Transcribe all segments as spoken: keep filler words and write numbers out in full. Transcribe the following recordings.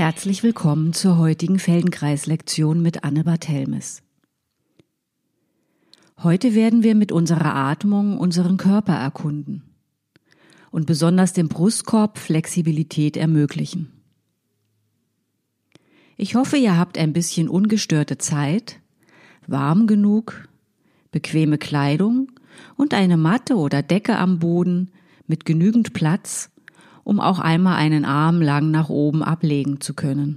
Herzlich willkommen zur heutigen Feldenkreis-Lektion mit Anne Barthelmes. Heute werden wir mit unserer Atmung unseren Körper erkunden und besonders dem Brustkorb Flexibilität ermöglichen. Ich hoffe, ihr habt ein bisschen ungestörte Zeit, warm genug, bequeme Kleidung und eine Matte oder Decke am Boden mit genügend Platz, um auch einmal einen Arm lang nach oben ablegen zu können.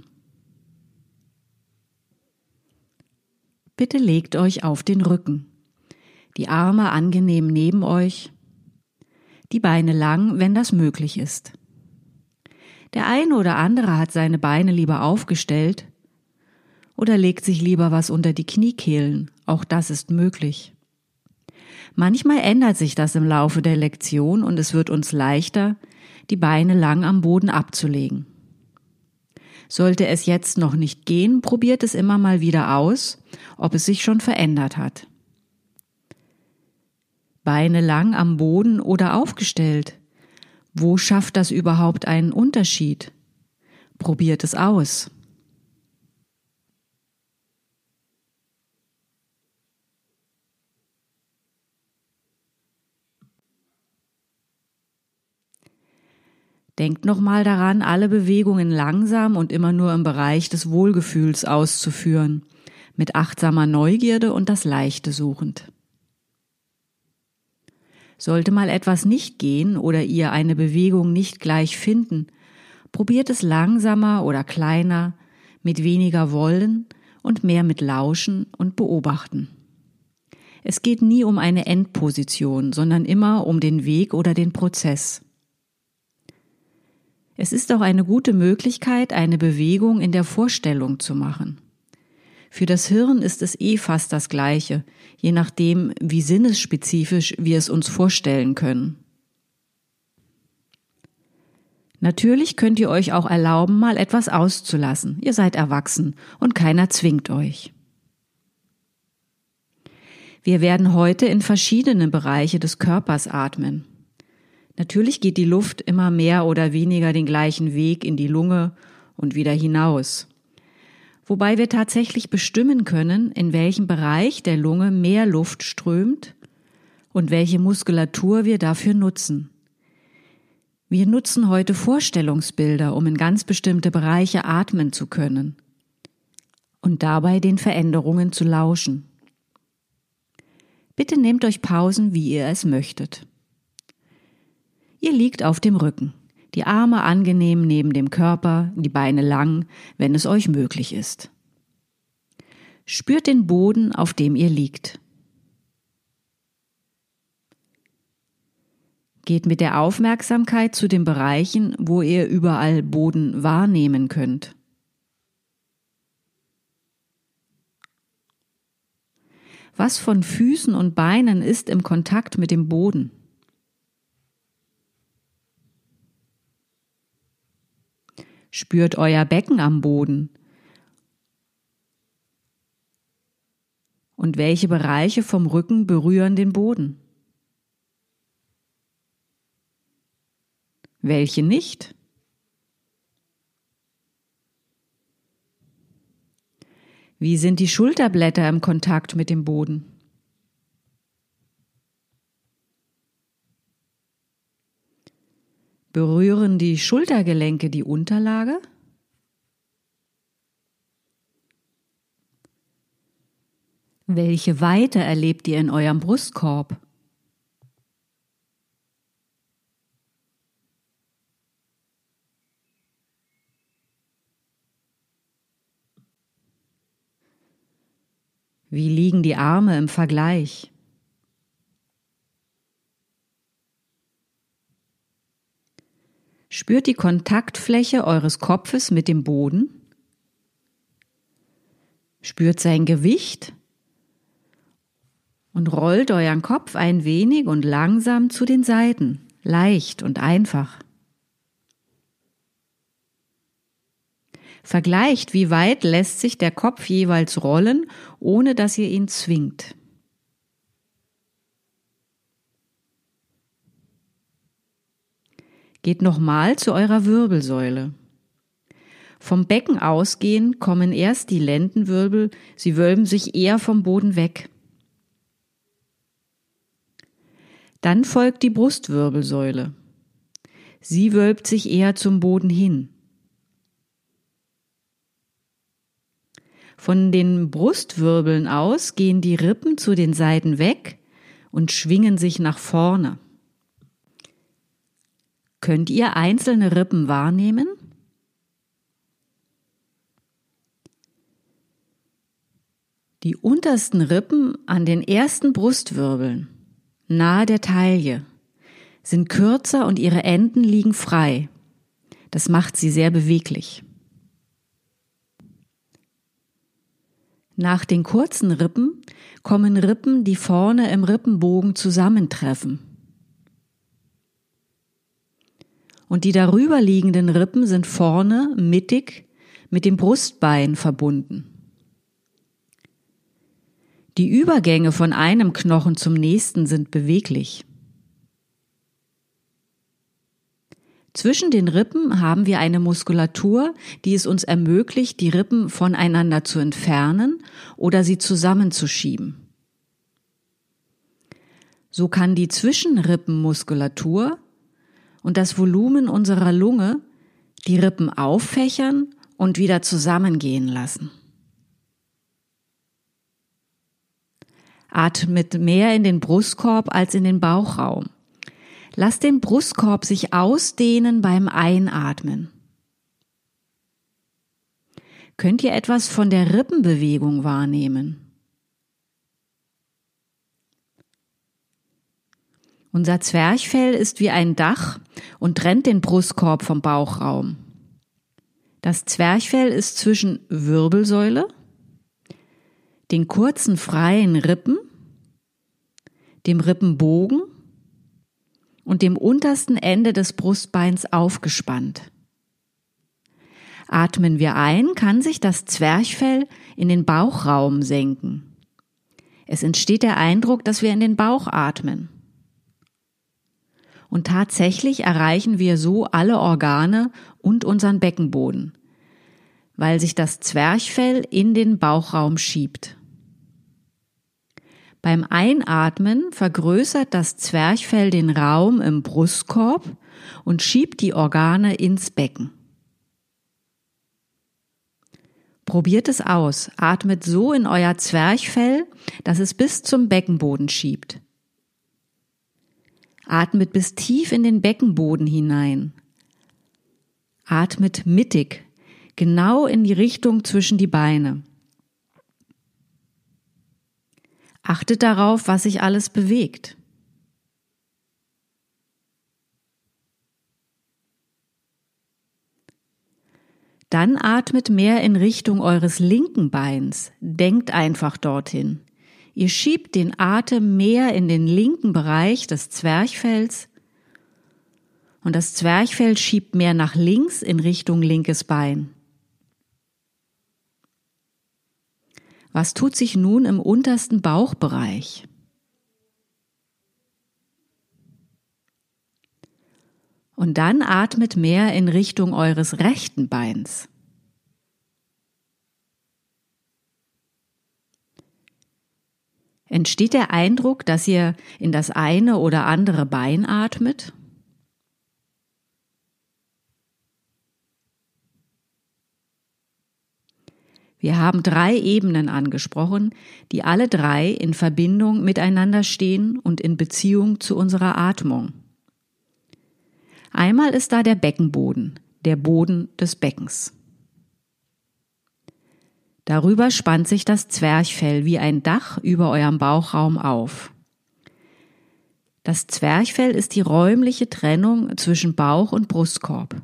Bitte legt euch auf den Rücken, die Arme angenehm neben euch, die Beine lang, wenn das möglich ist. Der eine oder andere hat seine Beine lieber aufgestellt oder legt sich lieber was unter die Kniekehlen, auch das ist möglich. Manchmal ändert sich das im Laufe der Lektion und es wird uns leichter, die Beine lang am Boden abzulegen. Sollte es jetzt noch nicht gehen, probiert es immer mal wieder aus, ob es sich schon verändert hat. Beine lang am Boden oder aufgestellt. Wo schafft das überhaupt einen Unterschied? Probiert es aus. Denkt nochmal daran, alle Bewegungen langsam und immer nur im Bereich des Wohlgefühls auszuführen, mit achtsamer Neugierde und das Leichte suchend. Sollte mal etwas nicht gehen oder ihr eine Bewegung nicht gleich finden, probiert es langsamer oder kleiner, mit weniger Wollen und mehr mit Lauschen und Beobachten. Es geht nie um eine Endposition, sondern immer um den Weg oder den Prozess. Es ist auch eine gute Möglichkeit, eine Bewegung in der Vorstellung zu machen. Für das Hirn ist es eh fast das Gleiche, je nachdem, wie sinnesspezifisch wir es uns vorstellen können. Natürlich könnt ihr euch auch erlauben, mal etwas auszulassen. Ihr seid erwachsen und keiner zwingt euch. Wir werden heute in verschiedene Bereiche des Körpers atmen. Natürlich geht die Luft immer mehr oder weniger den gleichen Weg in die Lunge und wieder hinaus. Wobei wir tatsächlich bestimmen können, in welchem Bereich der Lunge mehr Luft strömt und welche Muskulatur wir dafür nutzen. Wir nutzen heute Vorstellungsbilder, um in ganz bestimmte Bereiche atmen zu können und dabei den Veränderungen zu lauschen. Bitte nehmt euch Pausen, wie ihr es möchtet. Ihr liegt auf dem Rücken, die Arme angenehm neben dem Körper, die Beine lang, wenn es euch möglich ist. Spürt den Boden, auf dem ihr liegt. Geht mit der Aufmerksamkeit zu den Bereichen, wo ihr überall Boden wahrnehmen könnt. Was von Füßen und Beinen ist im Kontakt mit dem Boden? Spürt euer Becken am Boden. Und welche Bereiche vom Rücken berühren den Boden? Welche nicht? Wie sind die Schulterblätter im Kontakt mit dem Boden? Berühren die Schultergelenke die Unterlage? Welche Weite erlebt ihr in eurem Brustkorb? Wie liegen die Arme im Vergleich? Spürt die Kontaktfläche eures Kopfes mit dem Boden? Spürt sein Gewicht? Und rollt euren Kopf ein wenig und langsam zu den Seiten, leicht und einfach. Vergleicht, wie weit lässt sich der Kopf jeweils rollen, ohne dass ihr ihn zwingt. Geht nochmal zu eurer Wirbelsäule. Vom Becken ausgehend kommen erst die Lendenwirbel, sie wölben sich eher vom Boden weg. Dann folgt die Brustwirbelsäule. Sie wölbt sich eher zum Boden hin. Von den Brustwirbeln aus gehen die Rippen zu den Seiten weg und schwingen sich nach vorne. Könnt ihr einzelne Rippen wahrnehmen? Die untersten Rippen an den ersten Brustwirbeln, nahe der Taille, sind kürzer und ihre Enden liegen frei. Das macht sie sehr beweglich. Nach den kurzen Rippen kommen Rippen, die vorne im Rippenbogen zusammentreffen. Und die darüber liegenden Rippen sind vorne mittig mit dem Brustbein verbunden. Die Übergänge von einem Knochen zum nächsten sind beweglich. Zwischen den Rippen haben wir eine Muskulatur, die es uns ermöglicht, die Rippen voneinander zu entfernen oder sie zusammenzuschieben. So kann die Zwischenrippenmuskulatur und das Volumen unserer Lunge die Rippen auffächern und wieder zusammengehen lassen. Atmet mehr in den Brustkorb als in den Bauchraum. Lasst den Brustkorb sich ausdehnen beim Einatmen. Könnt ihr etwas von der Rippenbewegung wahrnehmen? Unser Zwerchfell ist wie ein Dach und trennt den Brustkorb vom Bauchraum. Das Zwerchfell ist zwischen Wirbelsäule, den kurzen freien Rippen, dem Rippenbogen und dem untersten Ende des Brustbeins aufgespannt. Atmen wir ein, kann sich das Zwerchfell in den Bauchraum senken. Es entsteht der Eindruck, dass wir in den Bauch atmen. Und tatsächlich erreichen wir so alle Organe und unseren Beckenboden, weil sich das Zwerchfell in den Bauchraum schiebt. Beim Einatmen vergrößert das Zwerchfell den Raum im Brustkorb und schiebt die Organe ins Becken. Probiert es aus, atmet so in euer Zwerchfell, dass es bis zum Beckenboden schiebt. Atmet bis tief in den Beckenboden hinein. Atmet mittig, genau in die Richtung zwischen die Beine. Achtet darauf, was sich alles bewegt. Dann atmet mehr in Richtung eures linken Beins. Denkt einfach dorthin. Ihr schiebt den Atem mehr in den linken Bereich des Zwerchfells und das Zwerchfell schiebt mehr nach links in Richtung linkes Bein. Was tut sich nun im untersten Bauchbereich? Und dann atmet mehr in Richtung eures rechten Beins. Entsteht der Eindruck, dass ihr in das eine oder andere Bein atmet? Wir haben drei Ebenen angesprochen, die alle drei in Verbindung miteinander stehen und in Beziehung zu unserer Atmung. Einmal ist da der Beckenboden, der Boden des Beckens. Darüber spannt sich das Zwerchfell wie ein Dach über eurem Bauchraum auf. Das Zwerchfell ist die räumliche Trennung zwischen Bauch und Brustkorb.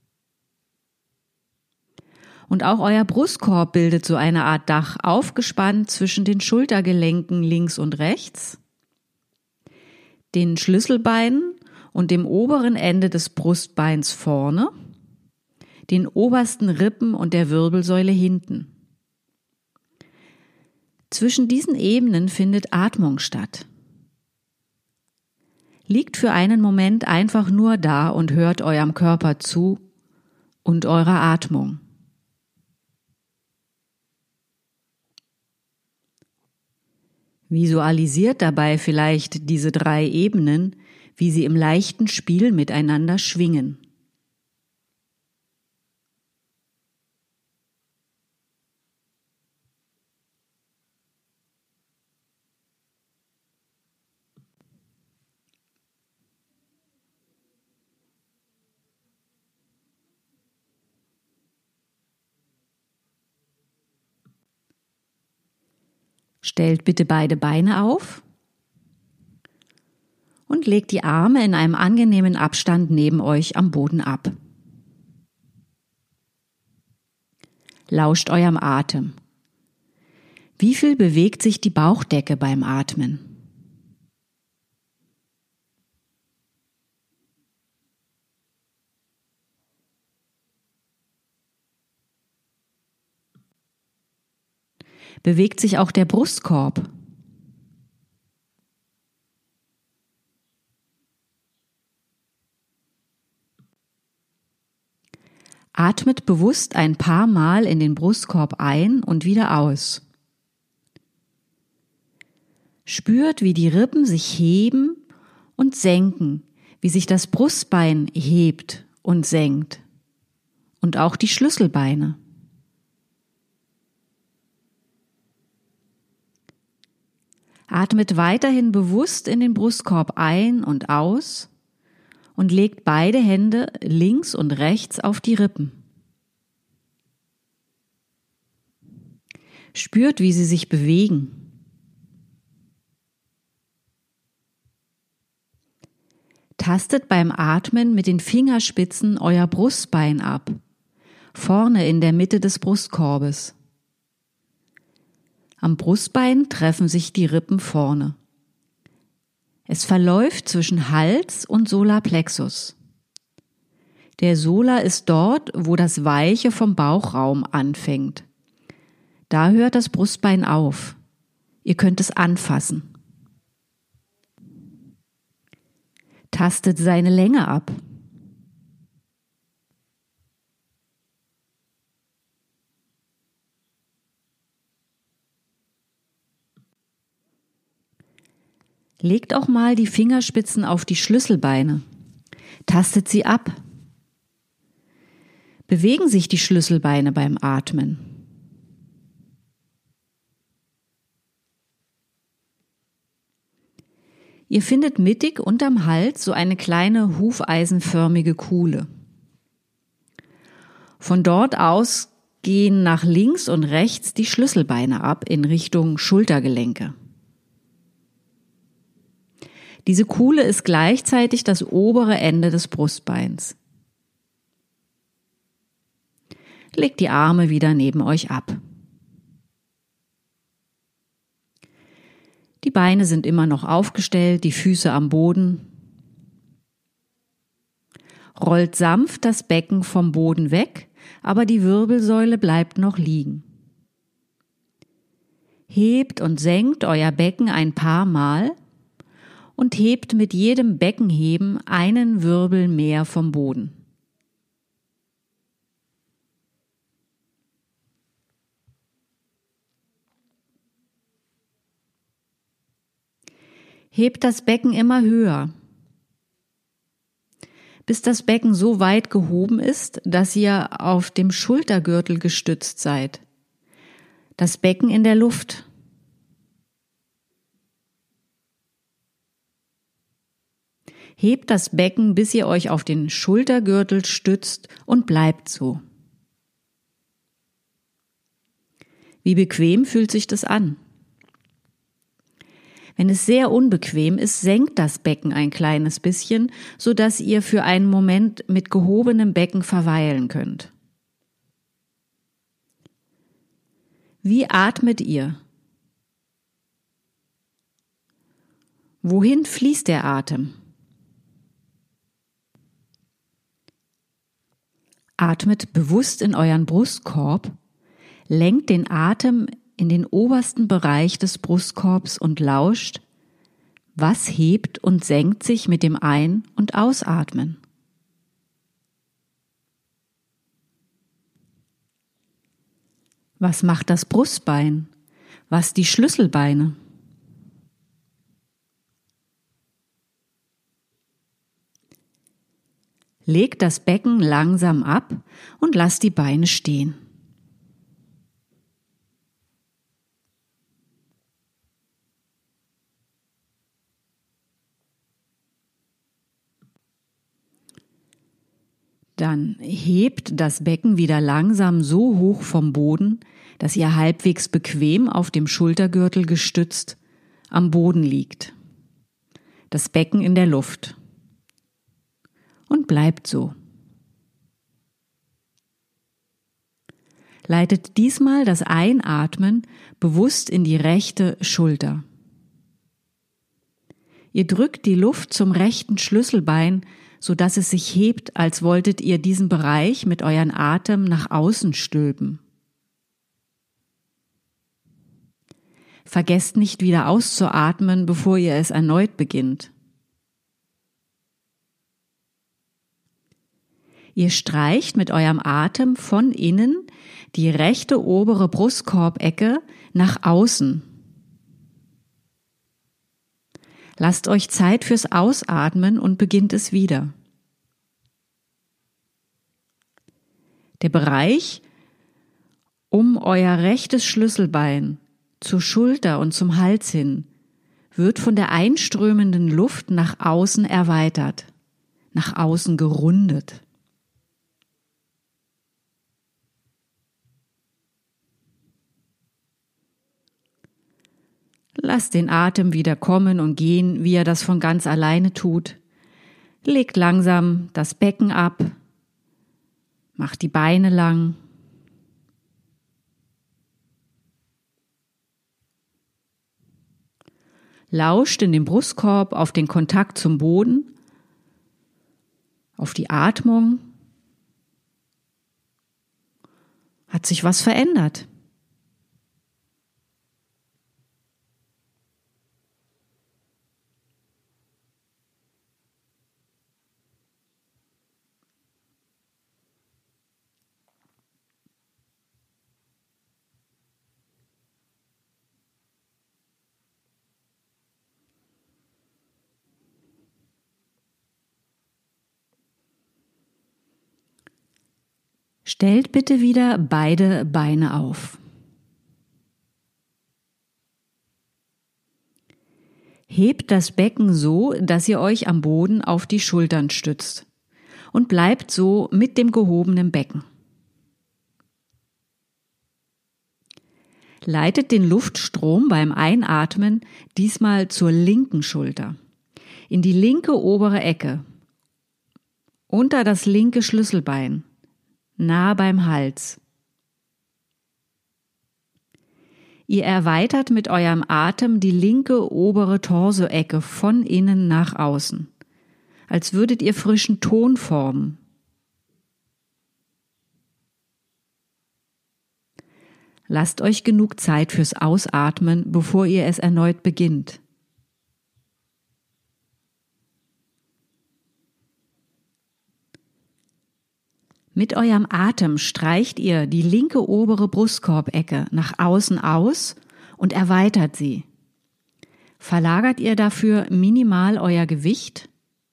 Und auch euer Brustkorb bildet so eine Art Dach, aufgespannt zwischen den Schultergelenken links und rechts, den Schlüsselbeinen und dem oberen Ende des Brustbeins vorne, den obersten Rippen und der Wirbelsäule hinten. Zwischen diesen Ebenen findet Atmung statt. Liegt für einen Moment einfach nur da und hört eurem Körper zu und eurer Atmung. Visualisiert dabei vielleicht diese drei Ebenen, wie sie im leichten Spiel miteinander schwingen. Stellt bitte beide Beine auf und legt die Arme in einem angenehmen Abstand neben euch am Boden ab. Lauscht eurem Atem. Wie viel bewegt sich die Bauchdecke beim Atmen? Bewegt sich auch der Brustkorb? Atmet bewusst ein paar Mal in den Brustkorb ein und wieder aus. Spürt, wie die Rippen sich heben und senken, wie sich das Brustbein hebt und senkt und auch die Schlüsselbeine. Atmet weiterhin bewusst in den Brustkorb ein und aus und legt beide Hände links und rechts auf die Rippen. Spürt, wie sie sich bewegen. Tastet beim Atmen mit den Fingerspitzen euer Brustbein ab, vorne in der Mitte des Brustkorbes. Am Brustbein treffen sich die Rippen vorne. Es verläuft zwischen Hals und Solarplexus. Der Solar ist dort, wo das Weiche vom Bauchraum anfängt. Da hört das Brustbein auf. Ihr könnt es anfassen. Tastet seine Länge ab. Legt auch mal die Fingerspitzen auf die Schlüsselbeine. Tastet sie ab. Bewegen sich die Schlüsselbeine beim Atmen. Ihr findet mittig unterm Hals so eine kleine hufeisenförmige Kuhle. Von dort aus gehen nach links und rechts die Schlüsselbeine ab in Richtung Schultergelenke. Diese Kuhle ist gleichzeitig das obere Ende des Brustbeins. Legt die Arme wieder neben euch ab. Die Beine sind immer noch aufgestellt, die Füße am Boden. Rollt sanft das Becken vom Boden weg, aber die Wirbelsäule bleibt noch liegen. Hebt und senkt euer Becken ein paar Mal und hebt mit jedem Beckenheben einen Wirbel mehr vom Boden. Hebt das Becken immer höher, bis das Becken so weit gehoben ist, dass ihr auf dem Schultergürtel gestützt seid. Das Becken in der Luft. Hebt das Becken, bis ihr euch auf den Schultergürtel stützt und bleibt so. Wie bequem fühlt sich das an? Wenn es sehr unbequem ist, senkt das Becken ein kleines bisschen, sodass ihr für einen Moment mit gehobenem Becken verweilen könnt. Wie atmet ihr? Wohin fließt der Atem? Atmet bewusst in euren Brustkorb, lenkt den Atem in den obersten Bereich des Brustkorbs und lauscht, was hebt und senkt sich mit dem Ein- und Ausatmen. Was macht das Brustbein? Was die Schlüsselbeine? Legt das Becken langsam ab und lasst die Beine stehen. Dann hebt das Becken wieder langsam so hoch vom Boden, dass ihr halbwegs bequem auf dem Schultergürtel gestützt am Boden liegt. Das Becken in der Luft. Und bleibt so. Leitet diesmal das Einatmen bewusst in die rechte Schulter. Ihr drückt die Luft zum rechten Schlüsselbein, sodass es sich hebt, als wolltet ihr diesen Bereich mit euren Atem nach außen stülpen. Vergesst nicht wieder auszuatmen, bevor ihr es erneut beginnt. Ihr streicht mit eurem Atem von innen die rechte obere Brustkorbecke nach außen. Lasst euch Zeit fürs Ausatmen und beginnt es wieder. Der Bereich um euer rechtes Schlüsselbein zur Schulter und zum Hals hin wird von der einströmenden Luft nach außen erweitert, nach außen gerundet. Lasst den Atem wieder kommen und gehen, wie er das von ganz alleine tut. Legt langsam das Becken ab, macht die Beine lang. Lauscht in den Brustkorb auf den Kontakt zum Boden, auf die Atmung. Hat sich was verändert? Stellt bitte wieder beide Beine auf. Hebt das Becken so, dass ihr euch am Boden auf die Schultern stützt und bleibt so mit dem gehobenen Becken. Leitet den Luftstrom beim Einatmen diesmal zur linken Schulter, in die linke obere Ecke, unter das linke Schlüsselbein, nah beim Hals. Ihr erweitert mit eurem Atem die linke obere Torsoecke von innen nach außen, als würdet ihr frischen Ton formen. Lasst euch genug Zeit fürs Ausatmen, bevor ihr es erneut beginnt. Mit eurem Atem streicht ihr die linke obere Brustkorbecke nach außen aus und erweitert sie. Verlagert ihr dafür minimal euer Gewicht?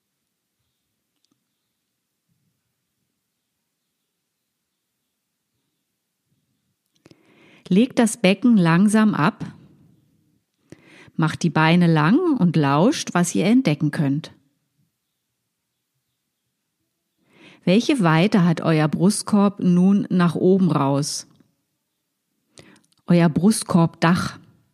Legt das Becken langsam ab, macht die Beine lang und lauscht, was ihr entdecken könnt. Welche Weite hat euer Brustkorb nun nach oben raus? Euer Brustkorbdach.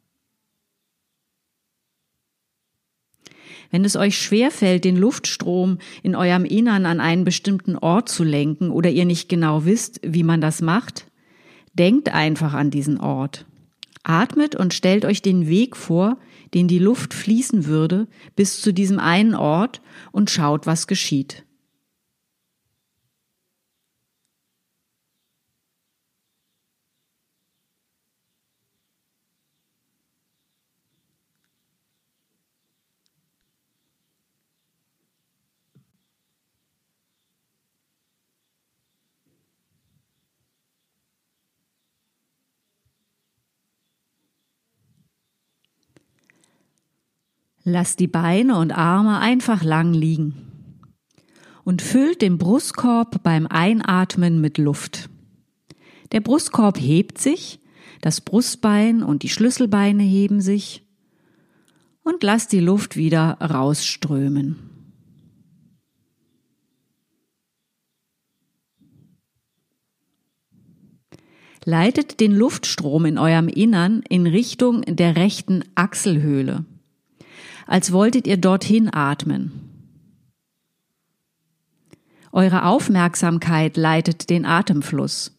Wenn es euch schwerfällt, den Luftstrom in eurem Innern an einen bestimmten Ort zu lenken oder ihr nicht genau wisst, wie man das macht, denkt einfach an diesen Ort. Atmet und stellt euch den Weg vor, den die Luft fließen würde, bis zu diesem einen Ort und schaut, was geschieht. Lasst die Beine und Arme einfach lang liegen. und füllt den Brustkorb beim Einatmen mit Luft. Der Brustkorb hebt sich, das Brustbein und die Schlüsselbeine heben sich und lasst die Luft wieder rausströmen. Leitet den Luftstrom in eurem Innern in Richtung der rechten Achselhöhle, als wolltet ihr dorthin atmen. Eure Aufmerksamkeit leitet den Atemfluss.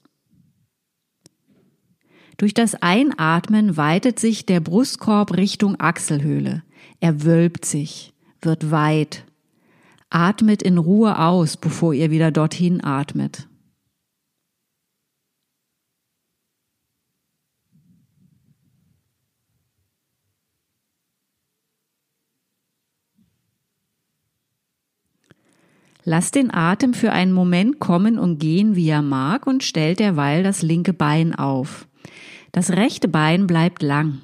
Durch das Einatmen weitet sich der Brustkorb Richtung Achselhöhle. Er wölbt sich, wird weit. Atmet in Ruhe aus, bevor ihr wieder dorthin atmet. Lasst den Atem für einen Moment kommen und gehen, wie er mag, und stellt derweil das linke Bein auf. Das rechte Bein bleibt lang.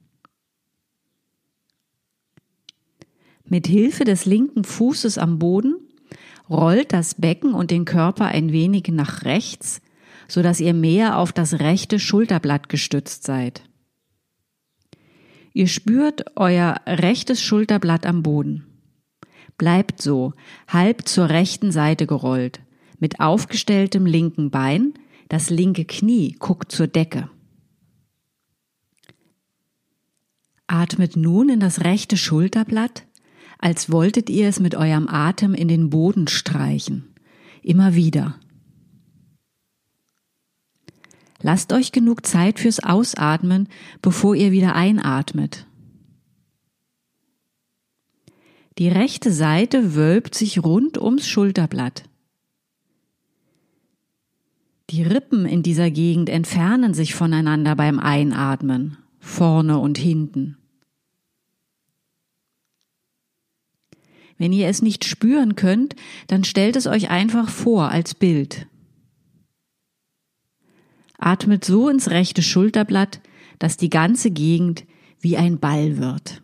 Mit Hilfe des linken Fußes am Boden rollt das Becken und den Körper ein wenig nach rechts, sodass ihr mehr auf das rechte Schulterblatt gestützt seid. Ihr spürt euer rechtes Schulterblatt am Boden. Bleibt so, halb zur rechten Seite gerollt, mit aufgestelltem linken Bein, das linke Knie guckt zur Decke. Atmet nun in das rechte Schulterblatt, als wolltet ihr es mit eurem Atem in den Boden streichen. Immer wieder. Lasst euch genug Zeit fürs Ausatmen, bevor ihr wieder einatmet. Die rechte Seite wölbt sich rund ums Schulterblatt. Die Rippen in dieser Gegend entfernen sich voneinander beim Einatmen, vorne und hinten. Wenn ihr es nicht spüren könnt, dann stellt es euch einfach vor als Bild. Atmet so ins rechte Schulterblatt, dass die ganze Gegend wie ein Ball wird.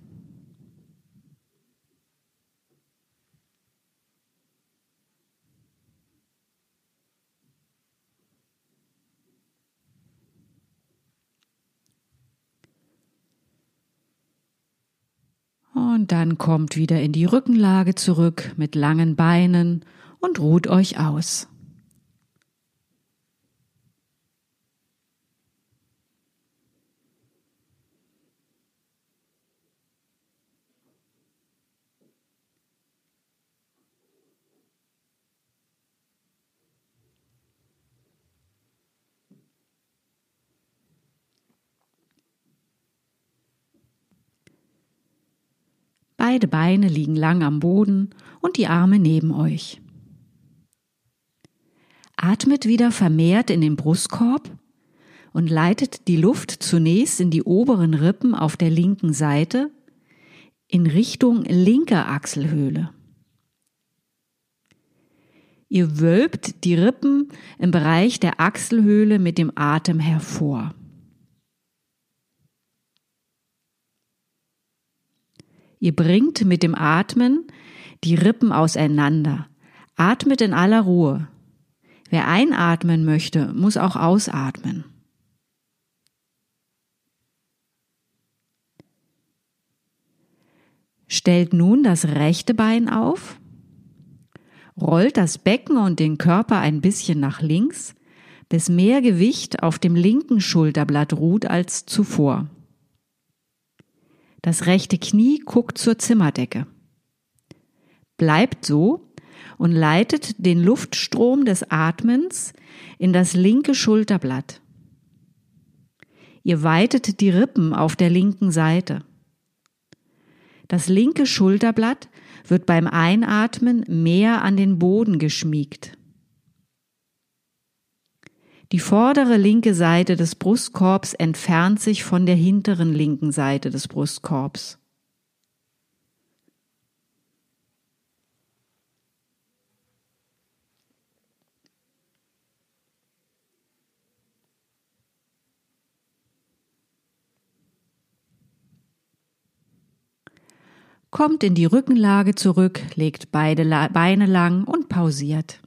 Und dann kommt wieder in die Rückenlage zurück mit langen Beinen und ruht euch aus. Beide Beine liegen lang am Boden und die Arme neben euch. Atmet wieder vermehrt in den Brustkorb und leitet die Luft zunächst in die oberen Rippen auf der linken Seite in Richtung linker Achselhöhle. Ihr wölbt die Rippen im Bereich der Achselhöhle mit dem Atem hervor. Ihr bringt mit dem Atmen die Rippen auseinander. Atmet in aller Ruhe. Wer einatmen möchte, muss auch ausatmen. Stellt nun das rechte Bein auf, rollt das Becken und den Körper ein bisschen nach links, bis mehr Gewicht auf dem linken Schulterblatt ruht als zuvor. Das rechte Knie guckt zur Zimmerdecke. Bleibt so und leitet den Luftstrom des Atmens in das linke Schulterblatt. Ihr weitet die Rippen auf der linken Seite. Das linke Schulterblatt wird beim Einatmen mehr an den Boden geschmiegt. Die vordere linke Seite des Brustkorbs entfernt sich von der hinteren linken Seite des Brustkorbs. Kommt in die Rückenlage zurück, legt beide Beine lang und pausiert.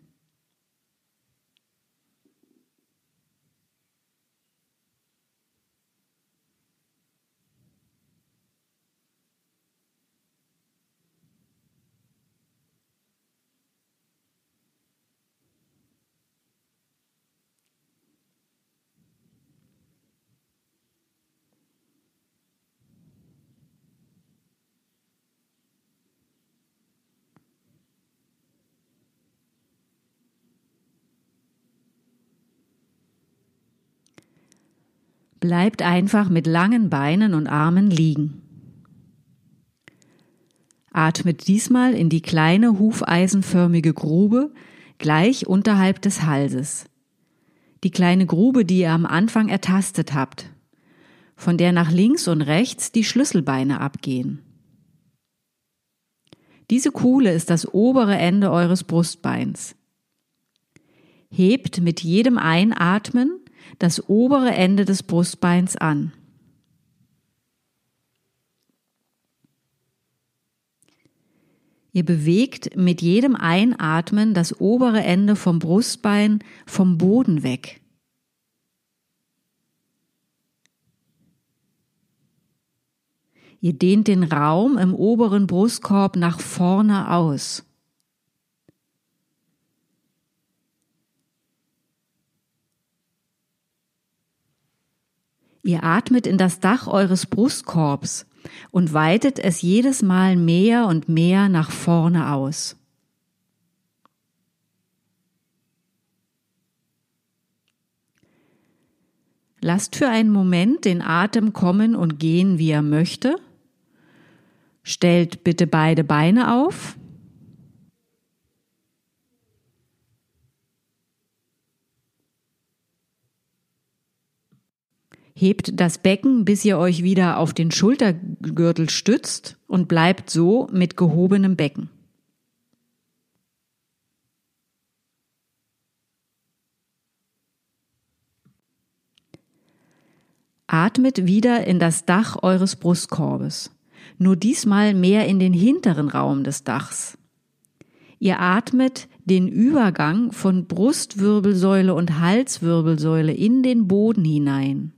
Bleibt einfach mit langen Beinen und Armen liegen. Atmet diesmal in die kleine hufeisenförmige Grube gleich unterhalb des Halses. Die kleine Grube, die ihr am Anfang ertastet habt, von der nach links und rechts die Schlüsselbeine abgehen. Diese Kuhle ist das obere Ende eures Brustbeins. Hebt mit jedem Einatmen das obere Ende des Brustbeins an. Ihr bewegt mit jedem Einatmen das obere Ende vom Brustbein vom Boden weg. Ihr dehnt den Raum im oberen Brustkorb nach vorne aus. Ihr atmet in das Dach eures Brustkorbs und weitet es jedes Mal mehr und mehr nach vorne aus. Lasst für einen Moment den Atem kommen und gehen, wie er möchte. Stellt bitte beide Beine auf. Hebt das Becken, bis ihr euch wieder auf den Schultergürtel stützt und bleibt so mit gehobenem Becken. Atmet wieder in das Dach eures Brustkorbes, nur diesmal mehr in den hinteren Raum des Dachs. Ihr atmet den Übergang von Brustwirbelsäule und Halswirbelsäule in den Boden hinein.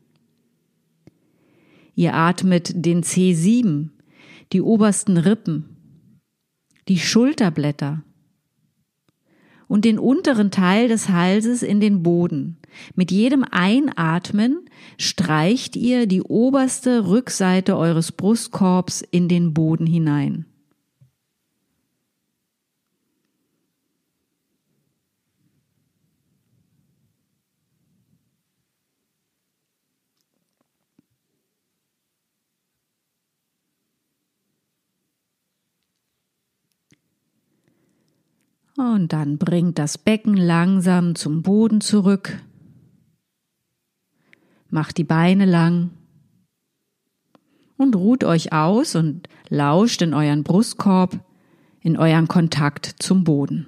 Ihr atmet den C sieben, die obersten Rippen, die Schulterblätter und den unteren Teil des Halses in den Boden. Mit jedem Einatmen streicht ihr die oberste Rückseite eures Brustkorbs in den Boden hinein. Und dann bringt das Becken langsam zum Boden zurück. Macht die Beine lang und ruht euch aus und lauscht in euren Brustkorb, in euren Kontakt zum Boden.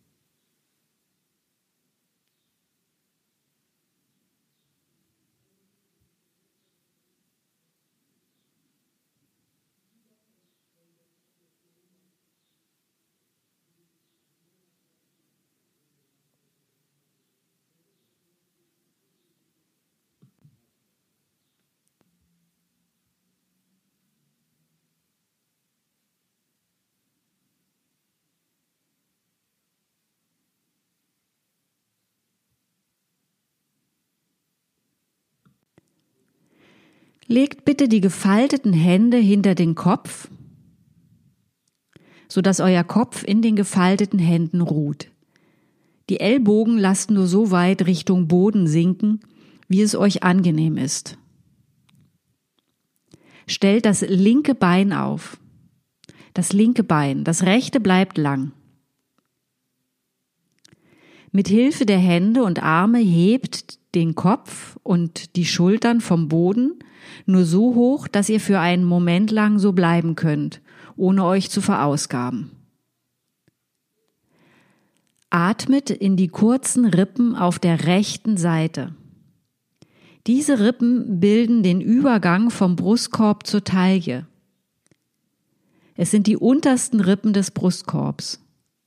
Legt bitte die gefalteten Hände hinter den Kopf, sodass euer Kopf in den gefalteten Händen ruht. Die Ellbogen lasst nur so weit Richtung Boden sinken, wie es euch angenehm ist. Stellt das linke Bein auf. Das linke Bein, das rechte bleibt lang. Mit Hilfe der Hände und Arme hebt den Kopf und die Schultern vom Boden nur so hoch, dass ihr für einen Moment lang so bleiben könnt, ohne euch zu verausgaben. Atmet in die kurzen Rippen auf der rechten Seite. Diese Rippen bilden den Übergang vom Brustkorb zur Taille. Es sind die untersten Rippen des Brustkorbs.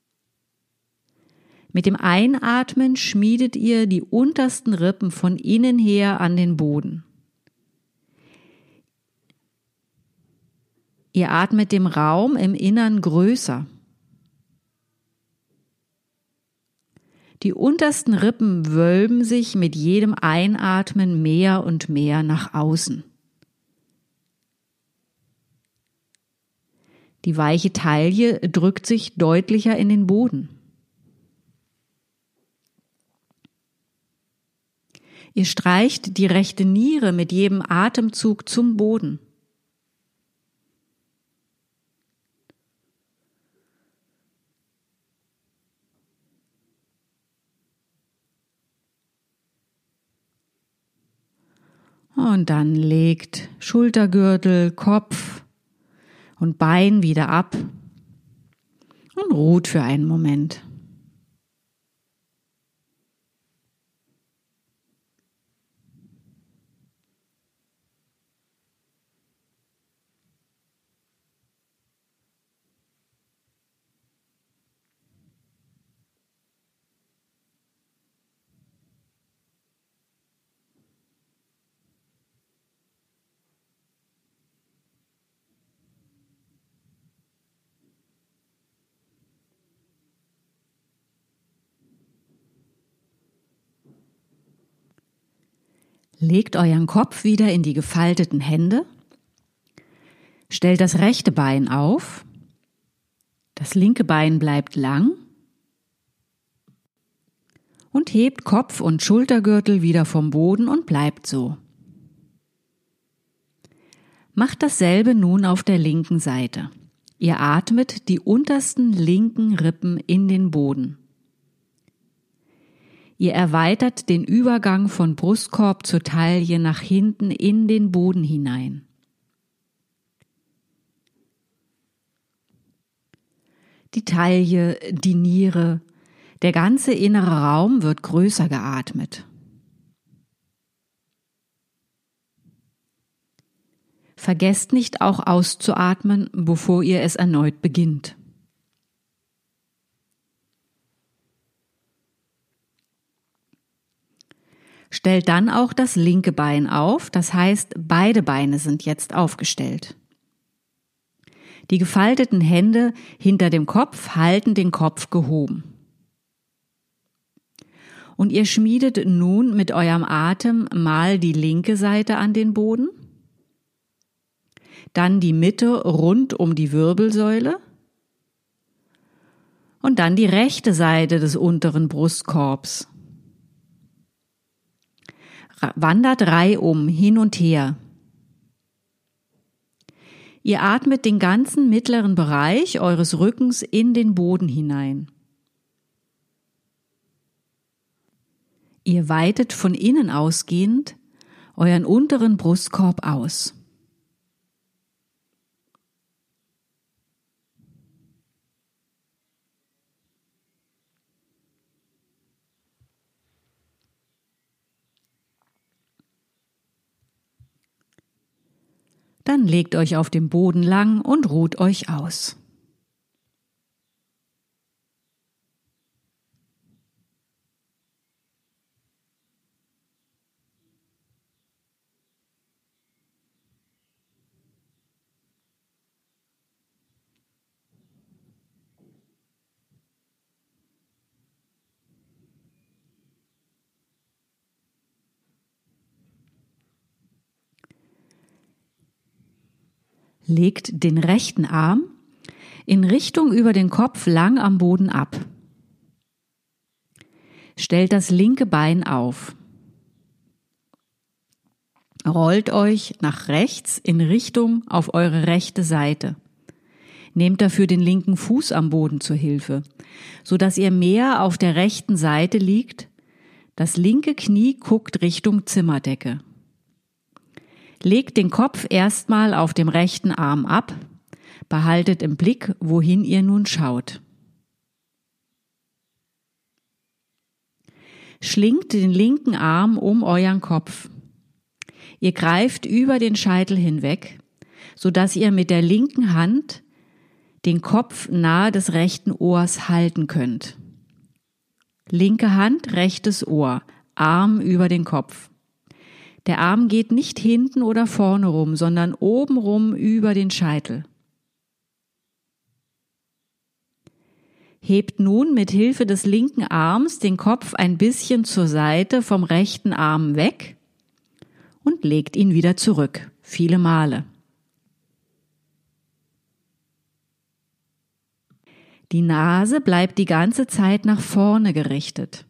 Mit dem Einatmen schmiedet ihr die untersten Rippen von innen her an den Boden. Ihr atmet den Raum im Innern größer. Die untersten Rippen wölben sich mit jedem Einatmen mehr und mehr nach außen. Die weiche Taille drückt sich deutlicher in den Boden. Ihr streicht die rechte Niere mit jedem Atemzug zum Boden. Und dann legt Schultergürtel, Kopf und Bein wieder ab und ruht für einen Moment. Legt euren Kopf wieder in die gefalteten Hände, stellt das rechte Bein auf, das linke Bein bleibt lang und hebt Kopf und Schultergürtel wieder vom Boden und bleibt so. Macht dasselbe nun auf der linken Seite. Ihr atmet die untersten linken Rippen in den Boden. Ihr erweitert den Übergang von Brustkorb zur Taille nach hinten in den Boden hinein. Die Taille, die Niere, der ganze innere Raum wird größer geatmet. Vergesst nicht auch auszuatmen, bevor ihr es erneut beginnt. Stellt dann auch das linke Bein auf, das heißt, beide Beine sind jetzt aufgestellt. Die gefalteten Hände hinter dem Kopf halten den Kopf gehoben. Und ihr schmiedet nun mit eurem Atem mal die linke Seite an den Boden, dann die Mitte rund um die Wirbelsäule und dann die rechte Seite des unteren Brustkorbs. Wandert reihum hin und her. Ihr atmet den ganzen mittleren Bereich eures Rückens in den Boden hinein. Ihr weitet von innen ausgehend euren unteren Brustkorb aus. Dann legt euch auf dem Boden lang und ruht euch aus. Legt den rechten Arm in Richtung über den Kopf lang am Boden ab. Stellt das linke Bein auf. Rollt euch nach rechts in Richtung auf eure rechte Seite. Nehmt dafür den linken Fuß am Boden zur Hilfe, sodass ihr mehr auf der rechten Seite liegt. Das linke Knie guckt Richtung Zimmerdecke. Legt den Kopf erstmal auf dem rechten Arm ab, behaltet im Blick, wohin ihr nun schaut. Schlingt den linken Arm um euren Kopf. Ihr greift über den Scheitel hinweg, sodass ihr mit der linken Hand den Kopf nahe des rechten Ohrs halten könnt. Linke Hand, rechtes Ohr, Arm über den Kopf. Der Arm geht nicht hinten oder vorne rum, sondern oben rum über den Scheitel. Hebt nun mit Hilfe des linken Arms den Kopf ein bisschen zur Seite vom rechten Arm weg und legt ihn wieder zurück, viele Male. Die Nase bleibt die ganze Zeit nach vorne gerichtet.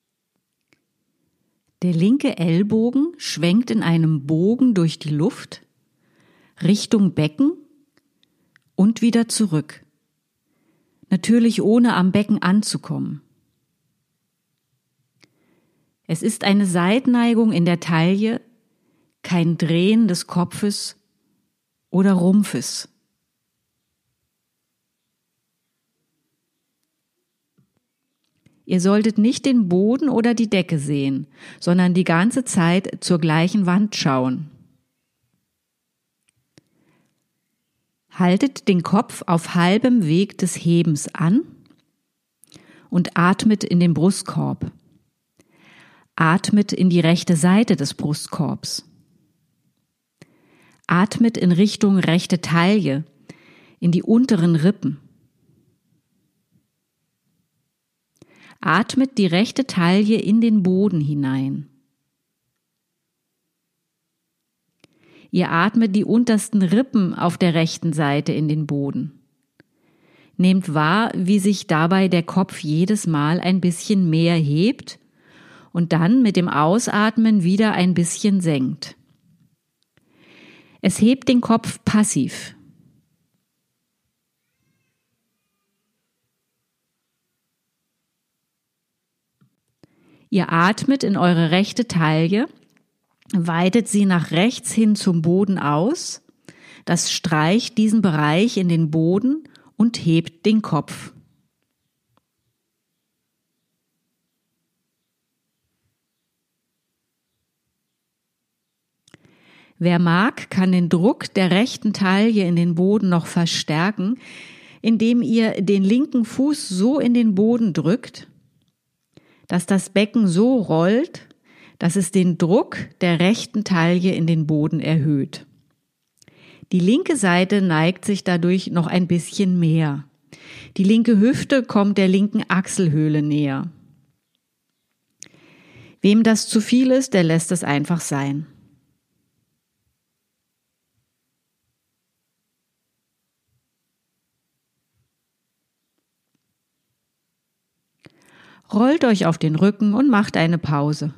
Der linke Ellbogen schwenkt in einem Bogen durch die Luft, Richtung Becken und wieder zurück. Natürlich ohne am Becken anzukommen. Es ist eine Seitneigung in der Taille, kein Drehen des Kopfes oder Rumpfes. Ihr solltet nicht den Boden oder die Decke sehen, sondern die ganze Zeit zur gleichen Wand schauen. Haltet den Kopf auf halbem Weg des Hebens an und atmet in den Brustkorb. Atmet in die rechte Seite des Brustkorbs. Atmet in Richtung rechte Taille, in die unteren Rippen. Atmet die rechte Taille in den Boden hinein. Ihr atmet die untersten Rippen auf der rechten Seite in den Boden. Nehmt wahr, wie sich dabei der Kopf jedes Mal ein bisschen mehr hebt und dann mit dem Ausatmen wieder ein bisschen senkt. Es hebt den Kopf passiv. Ihr atmet in eure rechte Taille, weitet sie nach rechts hin zum Boden aus, das streicht diesen Bereich in den Boden und hebt den Kopf. Wer mag, kann den Druck der rechten Taille in den Boden noch verstärken, indem ihr den linken Fuß so in den Boden drückt, dass das Becken so rollt, dass es den Druck der rechten Taille in den Boden erhöht. Die linke Seite neigt sich dadurch noch ein bisschen mehr. Die linke Hüfte kommt der linken Achselhöhle näher. Wem das zu viel ist, der lässt es einfach sein. Rollt euch auf den Rücken und macht eine Pause.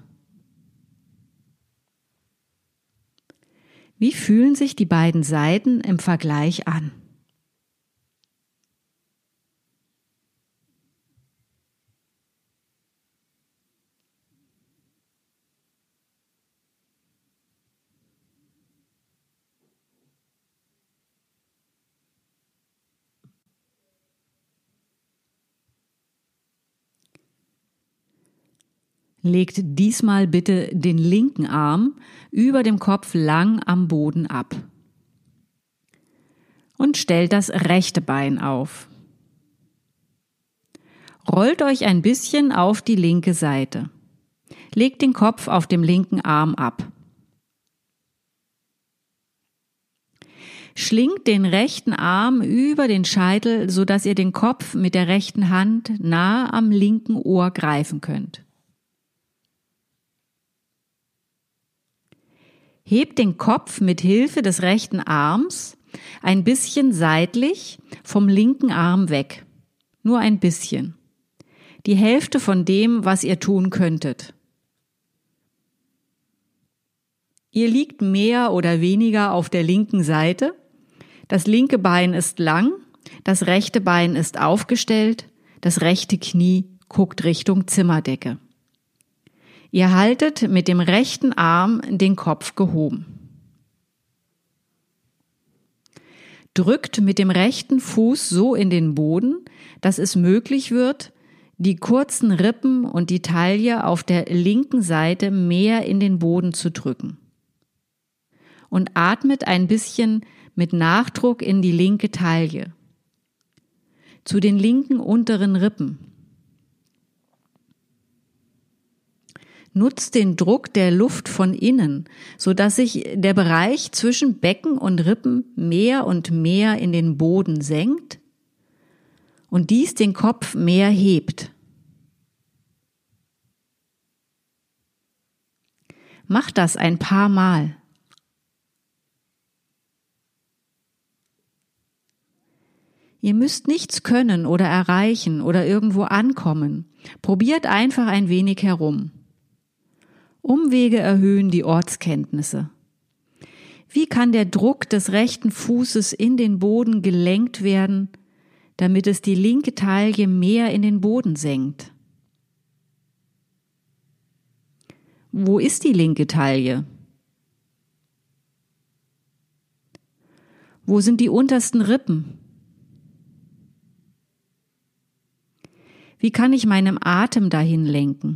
Wie fühlen sich die beiden Seiten im Vergleich an? Legt diesmal bitte den linken Arm über dem Kopf lang am Boden ab. Und stellt das rechte Bein auf. Rollt euch ein bisschen auf die linke Seite. Legt den Kopf auf dem linken Arm ab. Schlingt den rechten Arm über den Scheitel, sodass ihr den Kopf mit der rechten Hand nahe am linken Ohr greifen könnt. Hebt den Kopf mit Hilfe des rechten Arms ein bisschen seitlich vom linken Arm weg. Nur ein bisschen. Die Hälfte von dem, was ihr tun könntet. Ihr liegt mehr oder weniger auf der linken Seite. Das linke Bein ist lang, das rechte Bein ist aufgestellt, das rechte Knie guckt Richtung Zimmerdecke. Ihr haltet mit dem rechten Arm den Kopf gehoben. Drückt mit dem rechten Fuß so in den Boden, dass es möglich wird, die kurzen Rippen und die Taille auf der linken Seite mehr in den Boden zu drücken. Und atmet ein bisschen mit Nachdruck in die linke Taille. zu den linken unteren Rippen. Nutzt den Druck der Luft von innen, sodass sich der Bereich zwischen Becken und Rippen mehr und mehr in den Boden senkt und dies den Kopf mehr hebt. Macht das ein paar Mal. Ihr müsst nichts können oder erreichen oder irgendwo ankommen. Probiert einfach ein wenig herum. Umwege erhöhen die Ortskenntnisse. Wie kann der Druck des rechten Fußes in den Boden gelenkt werden, damit es die linke Taille mehr in den Boden senkt? Wo ist die linke Taille? Wo sind die untersten Rippen? Wie kann ich meinen Atem dahin lenken?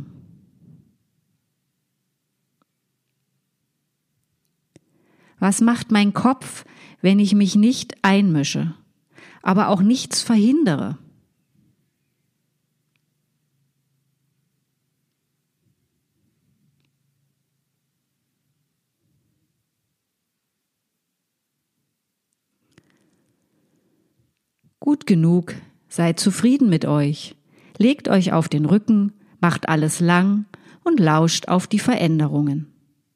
Was macht mein Kopf, wenn ich mich nicht einmische, aber auch nichts verhindere? Gut genug, seid zufrieden mit euch, legt euch auf den Rücken, macht alles lang und lauscht auf die Veränderungen.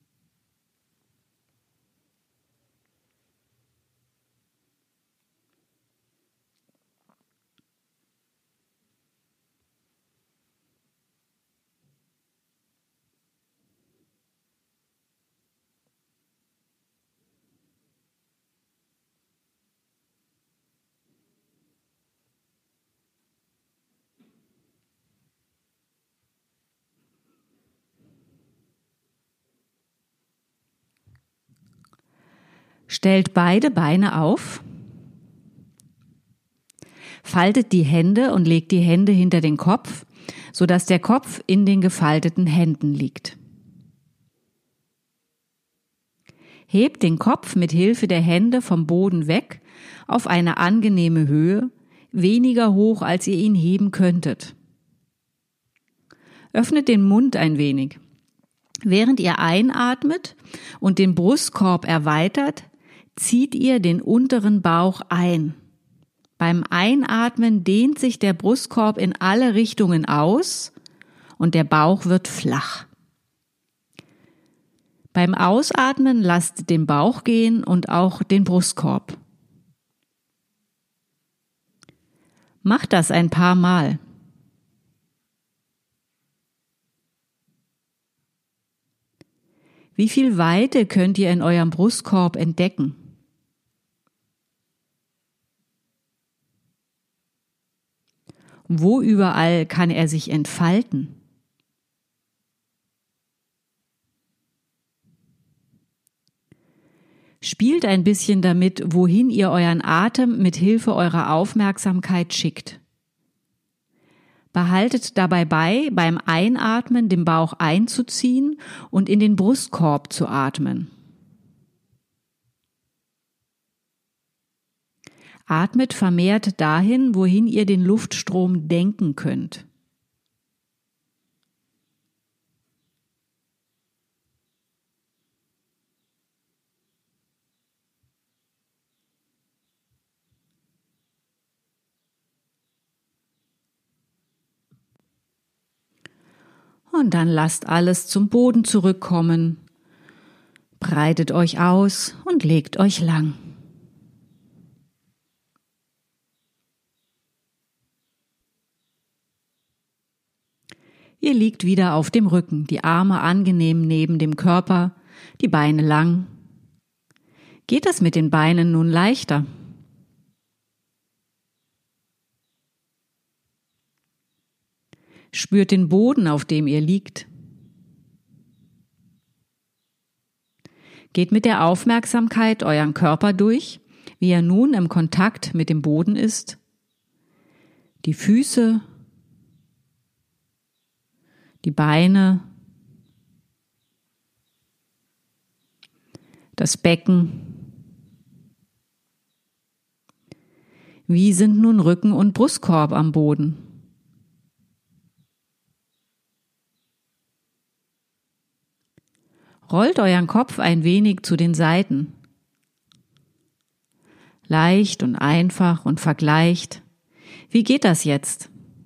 Stellt beide Beine auf, faltet die Hände und legt die Hände hinter den Kopf, sodass der Kopf in den gefalteten Händen liegt. Hebt den Kopf mit Hilfe der Hände vom Boden weg auf eine angenehme Höhe, weniger hoch, als ihr ihn heben könntet. Öffnet den Mund ein wenig. Während ihr einatmet und den Brustkorb erweitert, zieht ihr den unteren Bauch ein. Beim Einatmen dehnt sich der Brustkorb in alle Richtungen aus und der Bauch wird flach. Beim Ausatmen lasst den Bauch gehen und auch den Brustkorb. Macht das ein paar Mal. Wie viel Weite könnt ihr in eurem Brustkorb entdecken? Wo überall kann er sich entfalten? Spielt ein bisschen damit, wohin ihr euren Atem mit Hilfe eurer Aufmerksamkeit schickt. Behaltet dabei bei, beim Einatmen den Bauch einzuziehen und in den Brustkorb zu atmen. Atmet vermehrt dahin, wohin ihr den Luftstrom denken könnt. Und dann lasst alles zum Boden zurückkommen, breitet euch aus und legt euch lang. Ihr liegt wieder auf dem Rücken, die Arme angenehm neben dem Körper, die Beine lang. Geht es mit den Beinen nun leichter? Spürt den Boden, auf dem ihr liegt. Geht mit der Aufmerksamkeit euren Körper durch, wie er nun im Kontakt mit dem Boden ist. Die Füße, die Beine, das Becken. Wie sind nun Rücken und Brustkorb am Boden? Rollt euren Kopf ein wenig zu den Seiten. Leicht und einfach und vergleicht. Wie geht das jetzt?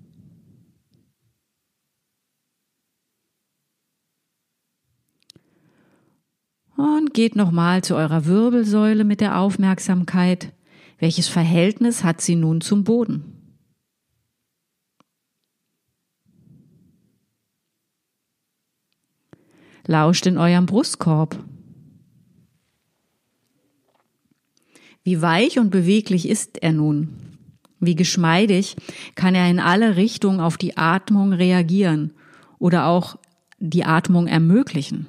Und geht nochmal zu eurer Wirbelsäule mit der Aufmerksamkeit. Welches Verhältnis hat sie nun zum Boden? Lauscht in eurem Brustkorb. Wie weich und beweglich ist er nun? Wie geschmeidig kann er in alle Richtungen auf die Atmung reagieren oder auch die Atmung ermöglichen?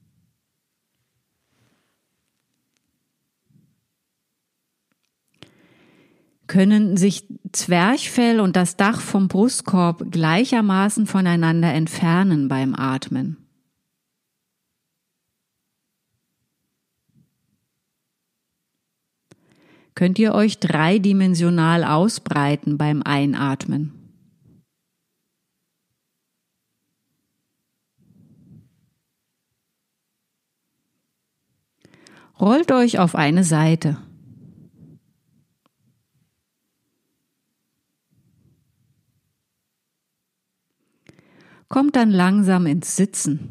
Können sich Zwerchfell und das Dach vom Brustkorb gleichermaßen voneinander entfernen beim Atmen? Könnt ihr euch dreidimensional ausbreiten beim Einatmen? Rollt euch auf eine Seite. Kommt dann langsam ins Sitzen.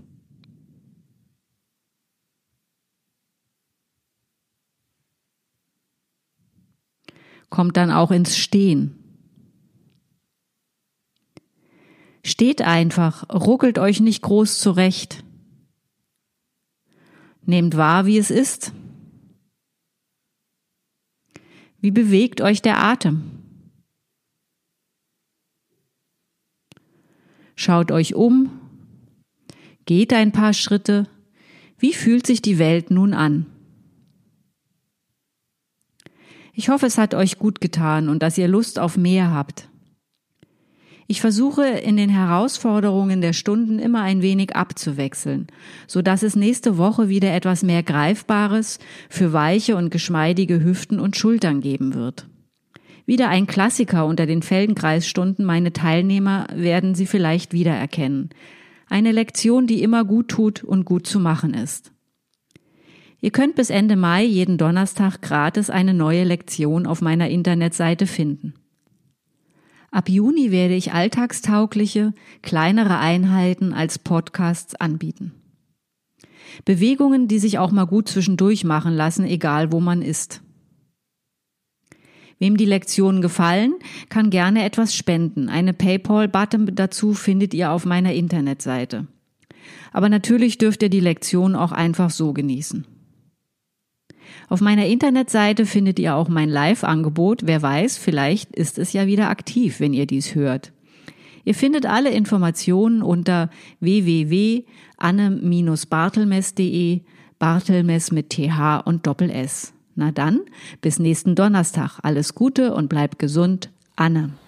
Kommt dann auch ins Stehen. Steht einfach, ruckelt euch nicht groß zurecht. Nehmt wahr, wie es ist. Wie bewegt euch der Atem? Schaut euch um. Geht ein paar Schritte. Wie fühlt sich die Welt nun an? Ich hoffe, es hat euch gut getan und dass ihr Lust auf mehr habt. Ich versuche in den Herausforderungen der Stunden immer ein wenig abzuwechseln, so dass es nächste Woche wieder etwas mehr Greifbares für weiche und geschmeidige Hüften und Schultern geben wird. Wieder ein Klassiker unter den Feldenkreisstunden, meine Teilnehmer werden sie vielleicht wiedererkennen. Eine Lektion, die immer gut tut und gut zu machen ist. Ihr könnt bis Ende Mai jeden Donnerstag gratis eine neue Lektion auf meiner Internetseite finden. Ab Juni werde ich alltagstaugliche, kleinere Einheiten als Podcasts anbieten. Bewegungen, die sich auch mal gut zwischendurch machen lassen, egal wo man ist. Wem die Lektionen gefallen, kann gerne etwas spenden. Eine PayPal-Button dazu findet ihr auf meiner Internetseite. Aber natürlich dürft ihr die Lektion auch einfach so genießen. Auf meiner Internetseite findet ihr auch mein Live-Angebot. Wer weiß, vielleicht ist es ja wieder aktiv, wenn ihr dies hört. Ihr findet alle Informationen unter w w w punkt anne Bindestrich bartelmes punkt de, Bartelmes mit T H und Doppel-S. Na dann, bis nächsten Donnerstag. Alles Gute und bleibt gesund, Anne.